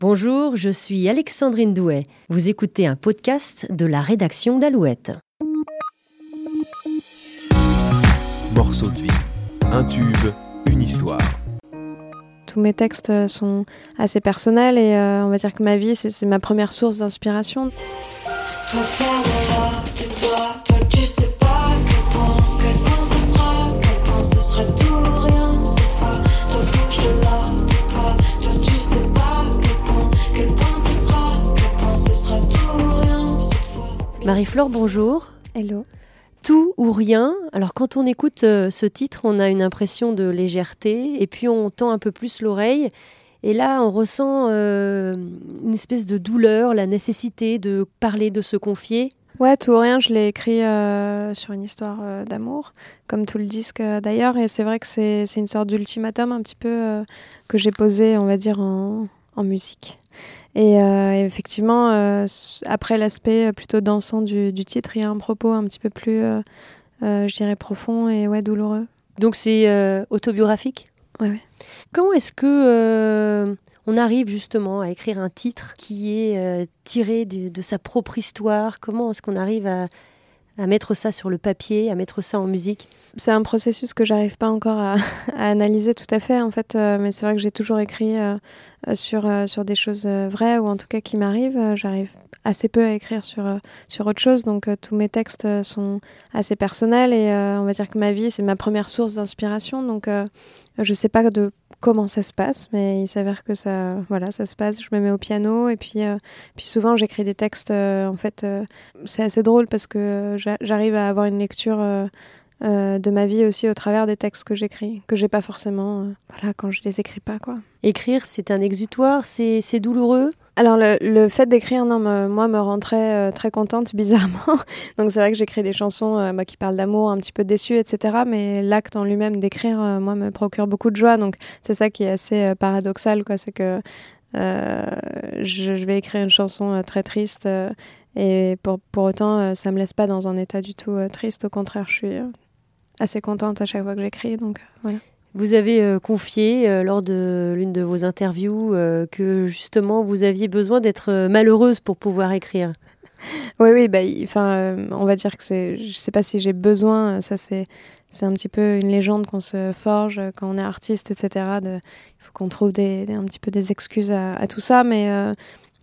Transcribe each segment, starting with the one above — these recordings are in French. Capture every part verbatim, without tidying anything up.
Bonjour, je suis Alexandrine Douet. Vous écoutez un podcast de la rédaction d'Alouette. Morceau de vie, un tube, une histoire. Tous mes textes sont assez personnels et euh, on va dire que ma vie, c'est, c'est ma première source d'inspiration. Toi faire de là, tais-toi, toi tu sais pas à quel point, quel point ce sera, quel point ce sera tout ou rien cette fois. Toi bouge de là, tais-toi, toi tu sais pas à quel point, quel point ce sera, quel point ce sera tout ou rien cette fois. Marie-Flore, bonjour. Hello. Tout ou rien. Alors quand on écoute euh, ce titre, on a une impression de légèreté et puis on tend un peu plus l'oreille. Et là, on ressent euh, une espèce de douleur, la nécessité de parler, de se confier. Ouais, tout ou rien, je l'ai écrit euh, sur une histoire euh, d'amour, comme tout le disque euh, d'ailleurs. Et c'est vrai que c'est, c'est une sorte d'ultimatum un petit peu euh, que j'ai posé, on va dire, en, en musique. Et euh, effectivement, euh, après l'aspect plutôt dansant du, du titre, il y a un propos un petit peu plus, euh, euh, je dirais, profond et ouais, douloureux. Donc c'est euh, autobiographique ? Ouais, ouais. Comment est-ce que euh, on arrive justement à écrire un titre qui est euh, tiré de, de sa propre histoire ? Comment est-ce qu'on arrive à, à mettre ça sur le papier, à mettre ça en musique ? C'est un processus que j'arrive pas encore à, à analyser tout à fait, en fait, euh, mais c'est vrai que j'ai toujours écrit euh, sur, euh, sur des choses euh, vraies, ou en tout cas qui m'arrivent. Euh, j'arrive assez peu à écrire sur, euh, sur autre chose, donc euh, tous mes textes euh, sont assez personnels, et euh, on va dire que ma vie, c'est ma première source d'inspiration, donc euh, je sais pas de comment ça se passe, mais il s'avère que ça, voilà, ça se passe. Je me mets au piano, et puis, euh, puis souvent j'écris des textes, euh, en fait, euh, c'est assez drôle parce que j'a- j'arrive à avoir une lecture... Euh, Euh, de ma vie aussi au travers des textes que j'écris, que j'ai pas forcément euh, voilà, quand je les écris pas, quoi. Écrire, c'est un exutoire, c'est, c'est douloureux ? Alors le, le fait d'écrire, non, me, moi, me rend très, euh, très contente, bizarrement. Donc c'est vrai que j'écris des chansons euh, bah, qui parlent d'amour, un petit peu déçues, et cetera. Mais l'acte en lui-même d'écrire, euh, moi, me procure beaucoup de joie. Donc c'est ça qui est assez euh, paradoxal, quoi. C'est que euh, je, je vais écrire une chanson euh, très triste euh, et pour, pour autant, euh, ça me laisse pas dans un état du tout euh, triste. Au contraire, je suis... Euh, assez contente à chaque fois que j'écris, donc euh, voilà. Vous avez euh, confié euh, lors de l'une de vos interviews euh, que justement vous aviez besoin d'être euh, malheureuse pour pouvoir écrire. Oui, oui, bah, enfin, euh, on va dire que c'est, je sais pas si j'ai besoin, ça c'est, c'est un petit peu une légende qu'on se forge quand on est artiste, et cetera. De, il faut qu'on trouve des, des, un petit peu des excuses à, à tout ça, mais euh,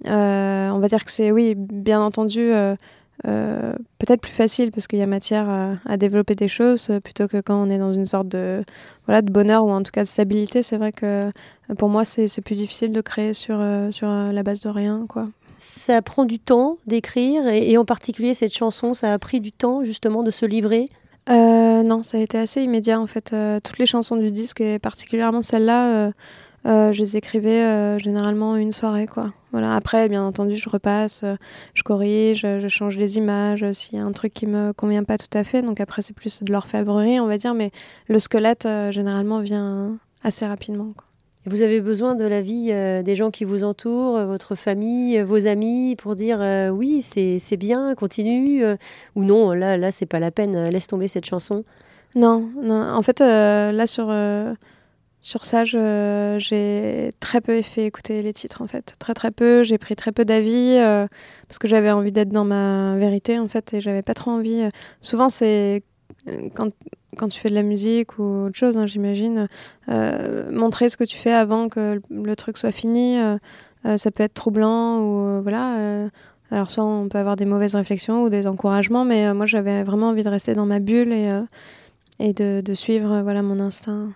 euh, on va dire que c'est, oui, bien entendu, euh, Euh, peut-être plus facile parce qu'il y a matière à, à développer des choses euh, plutôt que quand on est dans une sorte de, voilà, de bonheur ou en tout cas de stabilité. C'est vrai que euh, pour moi c'est, c'est plus difficile de créer sur, euh, sur euh, la base de rien, quoi. Ça prend du temps d'écrire et, et en particulier cette chanson, ça a pris du temps justement de se livrer. Euh, non, ça a été assez immédiat en fait. Euh, toutes les chansons du disque et particulièrement celle-là, euh, euh, je les écrivais euh, généralement une soirée, quoi. Voilà. Après, bien entendu, je repasse, euh, je corrige, euh, je change les images, euh, s'il y a un truc qui me convient pas tout à fait. Donc après, c'est plus de l'orfèvrerie, on va dire, mais le squelette, euh, généralement, vient assez rapidement, quoi. Et vous avez besoin de l'avis euh, des gens qui vous entourent, euh, votre famille, euh, vos amis, pour dire euh, oui, c'est, c'est bien, continue, euh, ou non, là, là, c'est pas la peine, euh, laisse tomber cette chanson. Non, non. En fait, euh, là, sur... Euh, Sur ça, je, j'ai très peu fait écouter les titres, en fait. Très, très peu. J'ai pris très peu d'avis euh, parce que j'avais envie d'être dans ma vérité, en fait, et j'avais pas trop envie. Euh, souvent, c'est euh, quand, quand tu fais de la musique ou autre chose, hein, j'imagine, euh, montrer ce que tu fais avant que le, le truc soit fini, euh, euh, ça peut être troublant ou euh, voilà. Euh, alors, soit on peut avoir des mauvaises réflexions ou des encouragements, mais euh, moi, j'avais vraiment envie de rester dans ma bulle et, euh, et de, de suivre euh, voilà, mon instinct.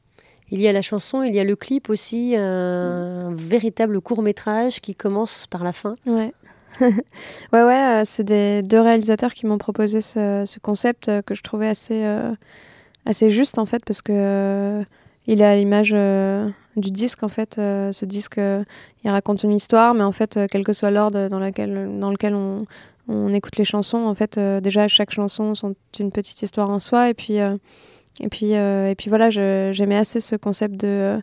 Il y a la chanson, il y a le clip aussi, un, un véritable court-métrage qui commence par la fin. Ouais. ouais, ouais, euh, c'est des deux réalisateurs qui m'ont proposé ce, ce concept euh, que je trouvais assez, euh, assez juste, en fait, parce que euh, il est à l'image euh, du disque, en fait. Euh, ce disque, euh, il raconte une histoire, mais en fait, euh, quel que soit l'ordre dans, laquelle, dans lequel on, on écoute les chansons, en fait, euh, déjà, chaque chanson sont une petite histoire en soi, et puis... Euh, Et puis, euh, et puis voilà, je, j'aimais assez ce concept de,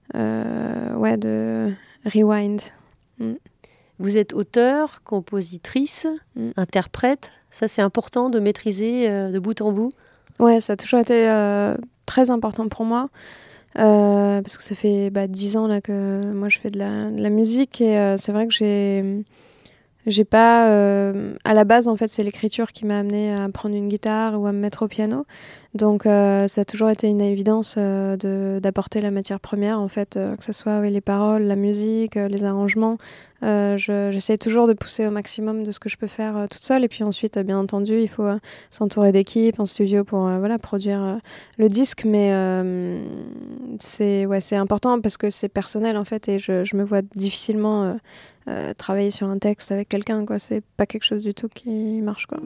euh, ouais, de rewind. Mm. Vous êtes auteure, compositrice, mm. interprète. Ça, c'est important de maîtriser euh, de bout en bout. Ouais, ça a toujours été euh, très important pour moi. euh, parce que ça fait bah, dix ans là, que moi je fais de la, de la musique et euh, c'est vrai que j'ai... J'ai pas... Euh, à la base, en fait, c'est l'écriture qui m'a amenée à prendre une guitare ou à me mettre au piano. Donc, euh, ça a toujours été une évidence euh, de, d'apporter la matière première, en fait, euh, que ce soit oui, les paroles, la musique, euh, les arrangements. Euh, je, j'essaie toujours de pousser au maximum de ce que je peux faire euh, toute seule. Et puis ensuite, euh, bien entendu, il faut euh, s'entourer d'équipes en studio pour euh, voilà, produire euh, le disque. Mais euh, c'est, ouais, c'est important parce que c'est personnel, en fait, et je, je me vois difficilement... Euh, Euh, travailler sur un texte avec quelqu'un, quoi. C'est pas quelque chose du tout qui marche, quoi.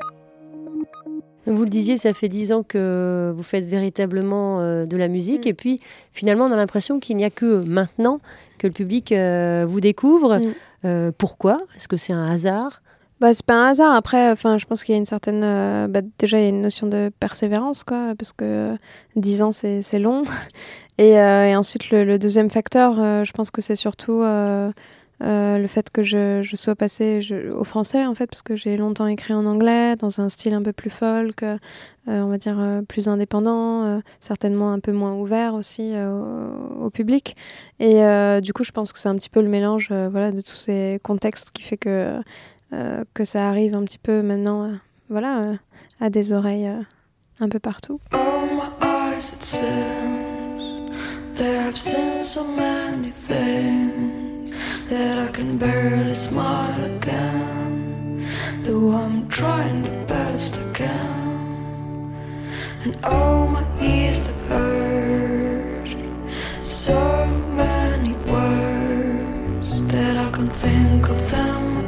Vous le disiez, ça fait dix ans que vous faites véritablement euh, de la musique, mmh. et puis finalement on a l'impression qu'il n'y a que maintenant que le public euh, vous découvre. Mmh. Euh, pourquoi ? Est-ce que c'est un hasard ? Bah, c'est pas un hasard. Après, enfin, je pense qu'il y a une certaine... Euh, bah, déjà, il y a une notion de persévérance, quoi, parce que dix ans, c'est, c'est long. Et, euh, et ensuite, le, le deuxième facteur, euh, je pense que c'est surtout... Euh, Euh, le fait que je, je sois passée je, au français, en fait, parce que j'ai longtemps écrit en anglais, dans un style un peu plus folk, euh, on va dire euh, plus indépendant, euh, certainement un peu moins ouvert aussi euh, au, au public. Et euh, du coup, je pense que c'est un petit peu le mélange euh, voilà, de tous ces contextes qui fait que, euh, que ça arrive un petit peu maintenant euh, voilà, euh, à des oreilles euh, un peu partout. Oh my eyes, it seems they have seen so many things that I can barely smile again, though I'm trying the best I can. And oh, my ears have heard so many words that I can't think of them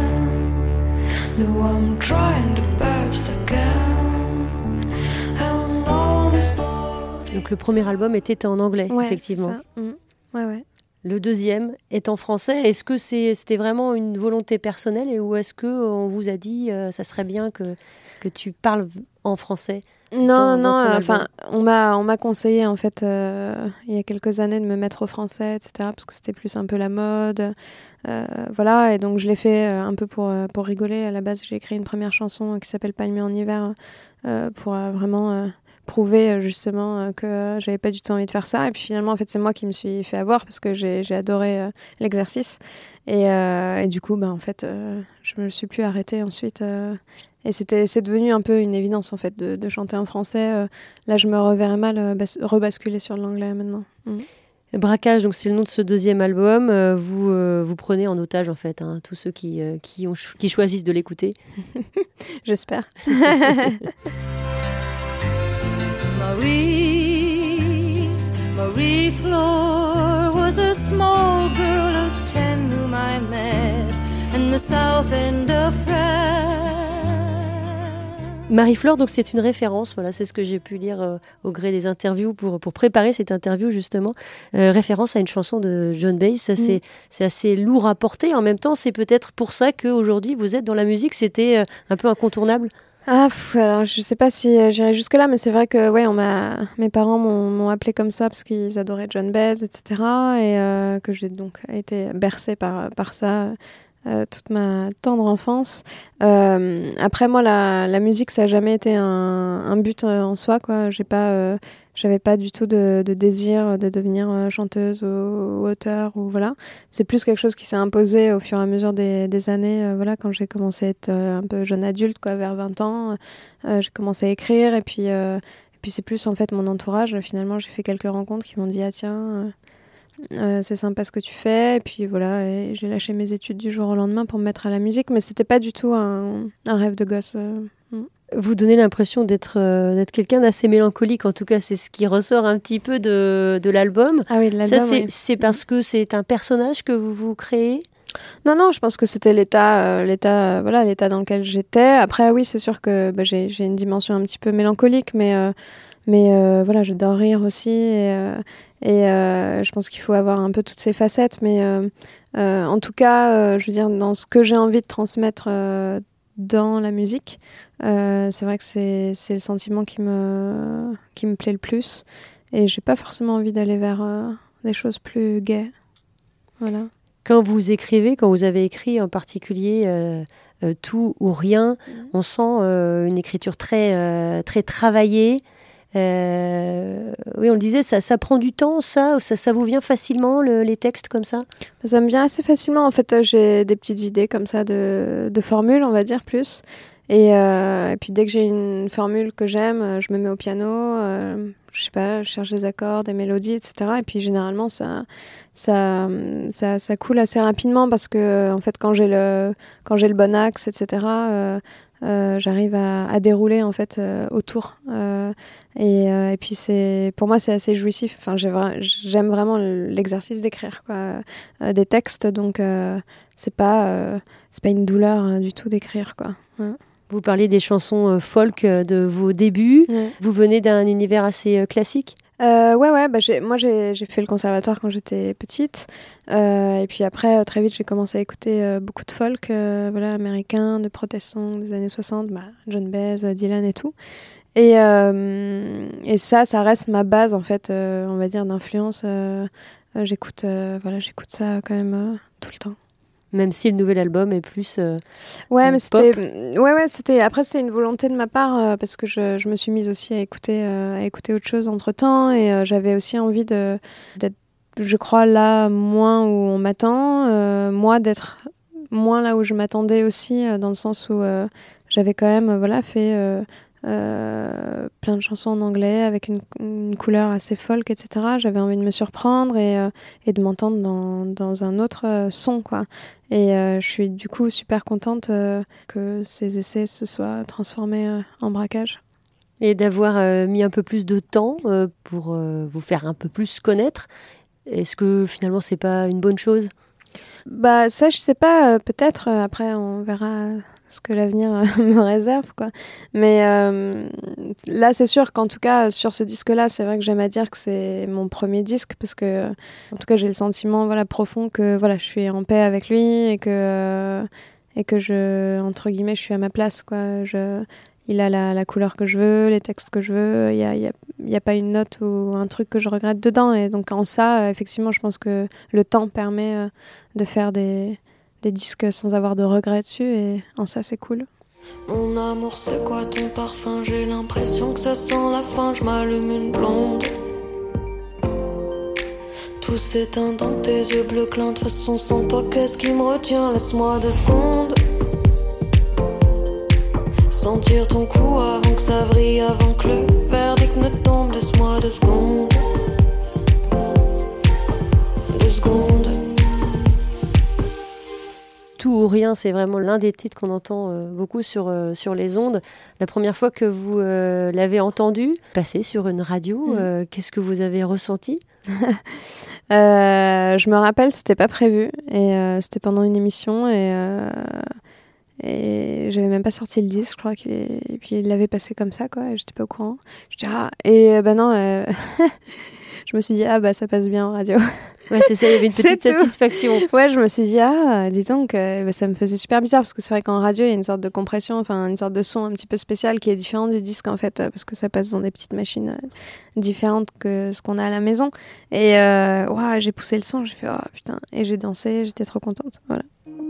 again, though I'm trying the best I can. And all this blood. Donc le premier album était en anglais, ouais, effectivement. Ça. Mmh. Ouais, ouais. Le deuxième est en français. Est-ce que c'est, c'était vraiment une volonté personnelle et ou est-ce qu'on vous a dit euh, ça serait bien que, que tu parles en français ? Non, dans, non, dans enfin, on m'a, on m'a conseillé en fait euh, il y a quelques années de me mettre au français, et cetera, parce que c'était plus un peu la mode, euh, voilà, et donc je l'ai fait euh, un peu pour, euh, pour rigoler. À la base, j'ai écrit une première chanson euh, qui s'appelle Palmier en hiver euh, pour euh, vraiment... Euh, prouver justement euh, que j'avais pas du tout envie de faire ça, et puis finalement en fait c'est moi qui me suis fait avoir parce que j'ai, j'ai adoré euh, l'exercice et, euh, et du coup bah, en fait euh, je me suis plus arrêtée ensuite euh, et c'était, c'est devenu un peu une évidence en fait de, de chanter en français. Euh, là je me reverrais mal euh, bas- rebasculer sur l'anglais maintenant. Mmh. Braquage, donc c'est le nom de ce deuxième album. Euh, vous euh, vous prenez en otage en fait hein, tous ceux qui euh, qui, ont, qui choisissent de l'écouter. J'espère. Marie, Marie Flore was a small girl of ten whom I met in the south end of France. Marie-Flore, donc c'est une référence, voilà, c'est ce que j'ai pu lire euh, au gré des interviews pour, pour préparer cette interview justement, euh, référence à une chanson de Joan Baez, ça, mmh. c'est, c'est assez lourd à porter, en même temps c'est peut-être pour ça qu'aujourd'hui vous êtes dans la musique, c'était euh, un peu incontournable. Ah, pff, alors je sais pas si euh, j'irai jusque là, mais c'est vrai que ouais, on m'a, mes parents m'ont, m'ont appelé comme ça parce qu'ils adoraient Joan Baez, et cetera, et euh, que j'ai donc été bercée par par ça euh, toute ma tendre enfance. Euh, après moi, la la musique, ça a jamais été un un but en soi, quoi. J'ai pas euh, J'avais pas du tout de, de désir de devenir chanteuse ou, ou auteure ou voilà. C'est plus quelque chose qui s'est imposé au fur et à mesure des, des années. Euh, voilà, quand j'ai commencé à être euh, un peu jeune adulte, quoi, vers vingt ans, euh, j'ai commencé à écrire et puis euh, et puis c'est plus en fait mon entourage. Finalement, j'ai fait quelques rencontres qui m'ont dit ah tiens. Euh, Euh, c'est sympa ce que tu fais, et puis voilà, et j'ai lâché mes études du jour au lendemain pour me mettre à la musique, mais c'était pas du tout un, un rêve de gosse. Euh. Vous donnez l'impression d'être, euh, d'être quelqu'un d'assez mélancolique, en tout cas c'est ce qui ressort un petit peu de, de l'album. Ah oui, de l'album, ça c'est, oui. c'est parce que c'est un personnage que vous vous créez ? Non, non, je pense que c'était l'état, euh, l'état, euh, voilà, l'état dans lequel j'étais. Après, oui, c'est sûr que bah, j'ai, j'ai une dimension un petit peu mélancolique, mais, euh, mais euh, voilà, j'adore rire aussi, et, euh, et euh, je pense qu'il faut avoir un peu toutes ces facettes, mais euh, euh, en tout cas, euh, je veux dire, dans ce que j'ai envie de transmettre euh, dans la musique, euh, c'est vrai que c'est, c'est le sentiment qui me, qui me plaît le plus, et j'ai pas forcément envie d'aller vers euh, des choses plus gaies. Voilà. Quand vous écrivez, quand vous avez écrit en particulier euh, euh, Tout ou Rien, mmh. on sent euh, une écriture très, euh, très travaillée. Euh, oui, on le disait, ça, ça prend du temps, ça, ça, ça vous vient facilement, le, les textes comme ça? Ça me vient assez facilement. En fait, j'ai des petites idées comme ça de, de formules, on va dire, plus. Et, euh, et puis dès que j'ai une formule que j'aime, je me mets au piano, euh, je sais pas, je cherche des accords, des mélodies, et cetera. Et puis généralement, ça, ça, ça, ça coule assez rapidement parce que, en fait, quand j'ai le, quand j'ai le bon axe, et cetera, euh, euh, j'arrive à, à dérouler en fait euh, autour. Euh, et, euh, et puis c'est, pour moi, c'est assez jouissif. Enfin, j'ai vra- j'aime vraiment l'exercice d'écrire, quoi, euh, des textes. Donc, euh, c'est pas, euh, c'est pas une douleur euh, du tout d'écrire, quoi. Ouais. Vous parliez des chansons euh, folk euh, de vos débuts. Ouais. Vous venez d'un univers assez euh, classique? Euh, ouais, ouais. Bah j'ai, moi, j'ai, j'ai fait le conservatoire quand j'étais petite. Euh, et puis après, euh, très vite, j'ai commencé à écouter euh, beaucoup de folk euh, voilà, américain, de protestants des années soixante, bah, John Baez, Dylan et tout. Et, euh, et ça, ça reste ma base, en fait, euh, on va dire, d'influence. Euh, euh, j'écoute, euh, voilà, j'écoute ça quand même euh, tout le temps. Même si le nouvel album est plus euh, ouais euh, mais pop. c'était ouais ouais c'était après c'était une volonté de ma part euh, parce que je, je me suis mise aussi à écouter euh, à écouter autre chose entre temps et euh, j'avais aussi envie de d'être, je crois, là moins où on m'attend, euh, moi d'être moins là où je m'attendais aussi, euh, dans le sens où euh, j'avais quand même euh, voilà fait euh, Euh, plein de chansons en anglais avec une, une couleur assez folk, et cetera. J'avais envie de me surprendre et, euh, et de m'entendre dans, dans un autre euh, son, quoi. Et euh, je suis du coup super contente euh, que ces essais se soient transformés euh, en braquage. Et d'avoir euh, mis un peu plus de temps euh, pour euh, vous faire un peu plus connaître. Est-ce que finalement c'est pas une bonne chose? Bah ça je sais pas, euh, peut-être euh, après on verra ce que l'avenir euh, me réserve, quoi. Mais euh, là c'est sûr qu'en tout cas sur ce disque-là, c'est vrai que j'aime à dire que c'est mon premier disque parce que en tout cas j'ai le sentiment voilà profond que voilà je suis en paix avec lui et que euh, et que je entre guillemets je suis à ma place, quoi. Je Il a la, la couleur que je veux, les textes que je veux. Il n'y a, y a, y a pas une note ou un truc que je regrette dedans. Et donc en ça, euh, effectivement, je pense que le temps permet euh, de faire des, des disques sans avoir de regrets dessus. Et en ça, c'est cool. Mon amour, c'est quoi ton parfum? J'ai l'impression que ça sent la fin. Je m'allume une blonde. Tout s'éteint dans tes yeux bleus clins. De toute façon, sans toi, qu'est-ce qui me retient? Laisse-moi deux secondes. Sentir ton cou avant que ça vrille, avant que le verdict ne tombe. Laisse-moi deux secondes. Deux secondes. Tout ou rien, c'est vraiment l'un des titres qu'on entend euh, beaucoup sur, euh, sur les ondes. La première fois que vous euh, l'avez entendu passer sur une radio, mmh. euh, qu'est-ce que vous avez ressenti? euh, Je me rappelle, c'était pas prévu. Et euh, c'était pendant une émission et... Euh... Et j'avais même pas sorti le disque, je crois qu'il est... Et puis il l'avait passé comme ça, quoi, et j'étais pas au courant. Je dis, ah, et ben non, euh... je me suis dit, ah bah ça passe bien en radio. Ouais, c'est ça, il y avait une petite satisfaction. Ouais, je me suis dit, ah, dis donc, euh, bah, ça me faisait super bizarre, parce que c'est vrai qu'en radio, il y a une sorte de compression, enfin une sorte de son un petit peu spécial qui est différent du disque, en fait, parce que ça passe dans des petites machines euh, différentes que ce qu'on a à la maison. Et euh, ouais, j'ai poussé le son, j'ai fait, oh putain, et j'ai dansé, j'étais trop contente, voilà.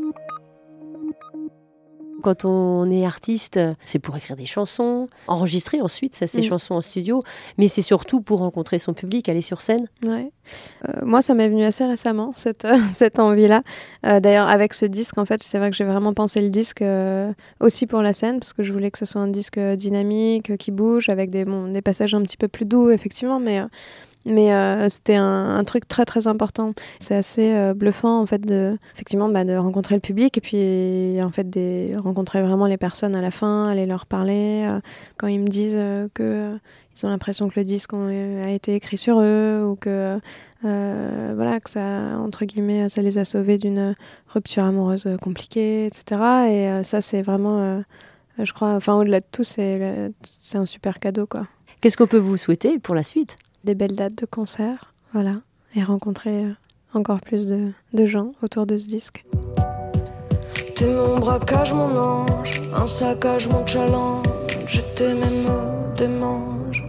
Quand on est artiste, c'est pour écrire des chansons, enregistrer ensuite ça, ces mmh. chansons en studio, mais c'est surtout pour rencontrer son public, aller sur scène. Ouais. Euh, moi, ça m'est venu assez récemment, cette, euh, cette envie-là. Euh, d'ailleurs, avec ce disque, en fait, c'est vrai que j'ai vraiment pensé le disque euh, aussi pour la scène, parce que je voulais que ce soit un disque dynamique, qui bouge, avec des, bon, des passages un petit peu plus doux, effectivement, mais... Euh, Mais euh, c'était un, un truc très très important. C'est assez euh, bluffant en fait de, effectivement, bah, de rencontrer le public et puis en fait de rencontrer vraiment les personnes à la fin, aller leur parler euh, quand ils me disent euh, que euh, ils ont l'impression que le disque a été écrit sur eux ou que euh, voilà que ça entre guillemets ça les a sauvés d'une rupture amoureuse compliquée, et cetera. Et euh, ça c'est vraiment, euh, je crois, enfin au-delà de tout c'est c'est un super cadeau, quoi. Qu'est-ce qu'on peut vous souhaiter pour la suite? Des belles dates de concert, voilà, et rencontrer euh, encore plus de, de gens autour de ce disque. T'es mon braquage, mon ange, un saccage, mon challenge. Je t'aime même démange.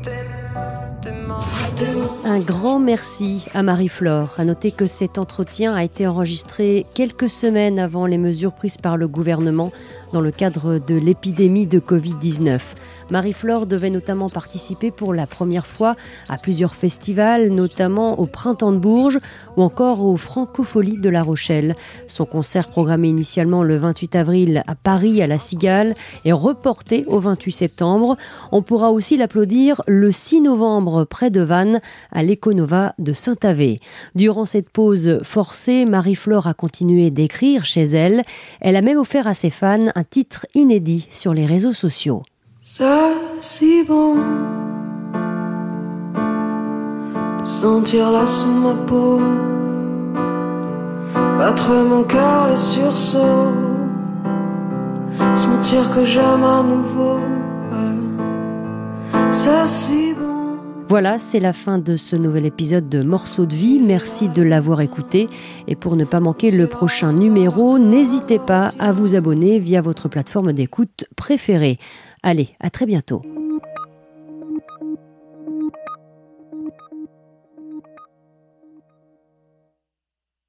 Un grand merci à Marie-Flore. À noter que cet entretien a été enregistré quelques semaines avant les mesures prises par le gouvernement dans le cadre de l'épidémie de covid dix-neuf. Marie-Flore devait notamment participer pour la première fois à plusieurs festivals, notamment au Printemps de Bourges ou encore aux Francopholies de La Rochelle. Son concert programmé initialement le vingt-huit avril à Paris à la Cigale est reporté au vingt-huit septembre. On pourra aussi l'applaudir le six novembre près de Vannes à l'Econova de Saint-Avé. Durant cette pause forcée, Marie-Flore a continué d'écrire chez elle. Elle a même offert à ses fans un titre inédit sur les réseaux sociaux. C'est si bon de sentir là sous ma peau, battre mon cœur les sursauts, sentir que j'aime à nouveau. Ouais. C'est si bon. Voilà, c'est la fin de ce nouvel épisode de Morceaux de vie. Merci de l'avoir écouté. Et pour ne pas manquer le prochain numéro, n'hésitez pas à vous abonner via votre plateforme d'écoute préférée. Allez, à très bientôt.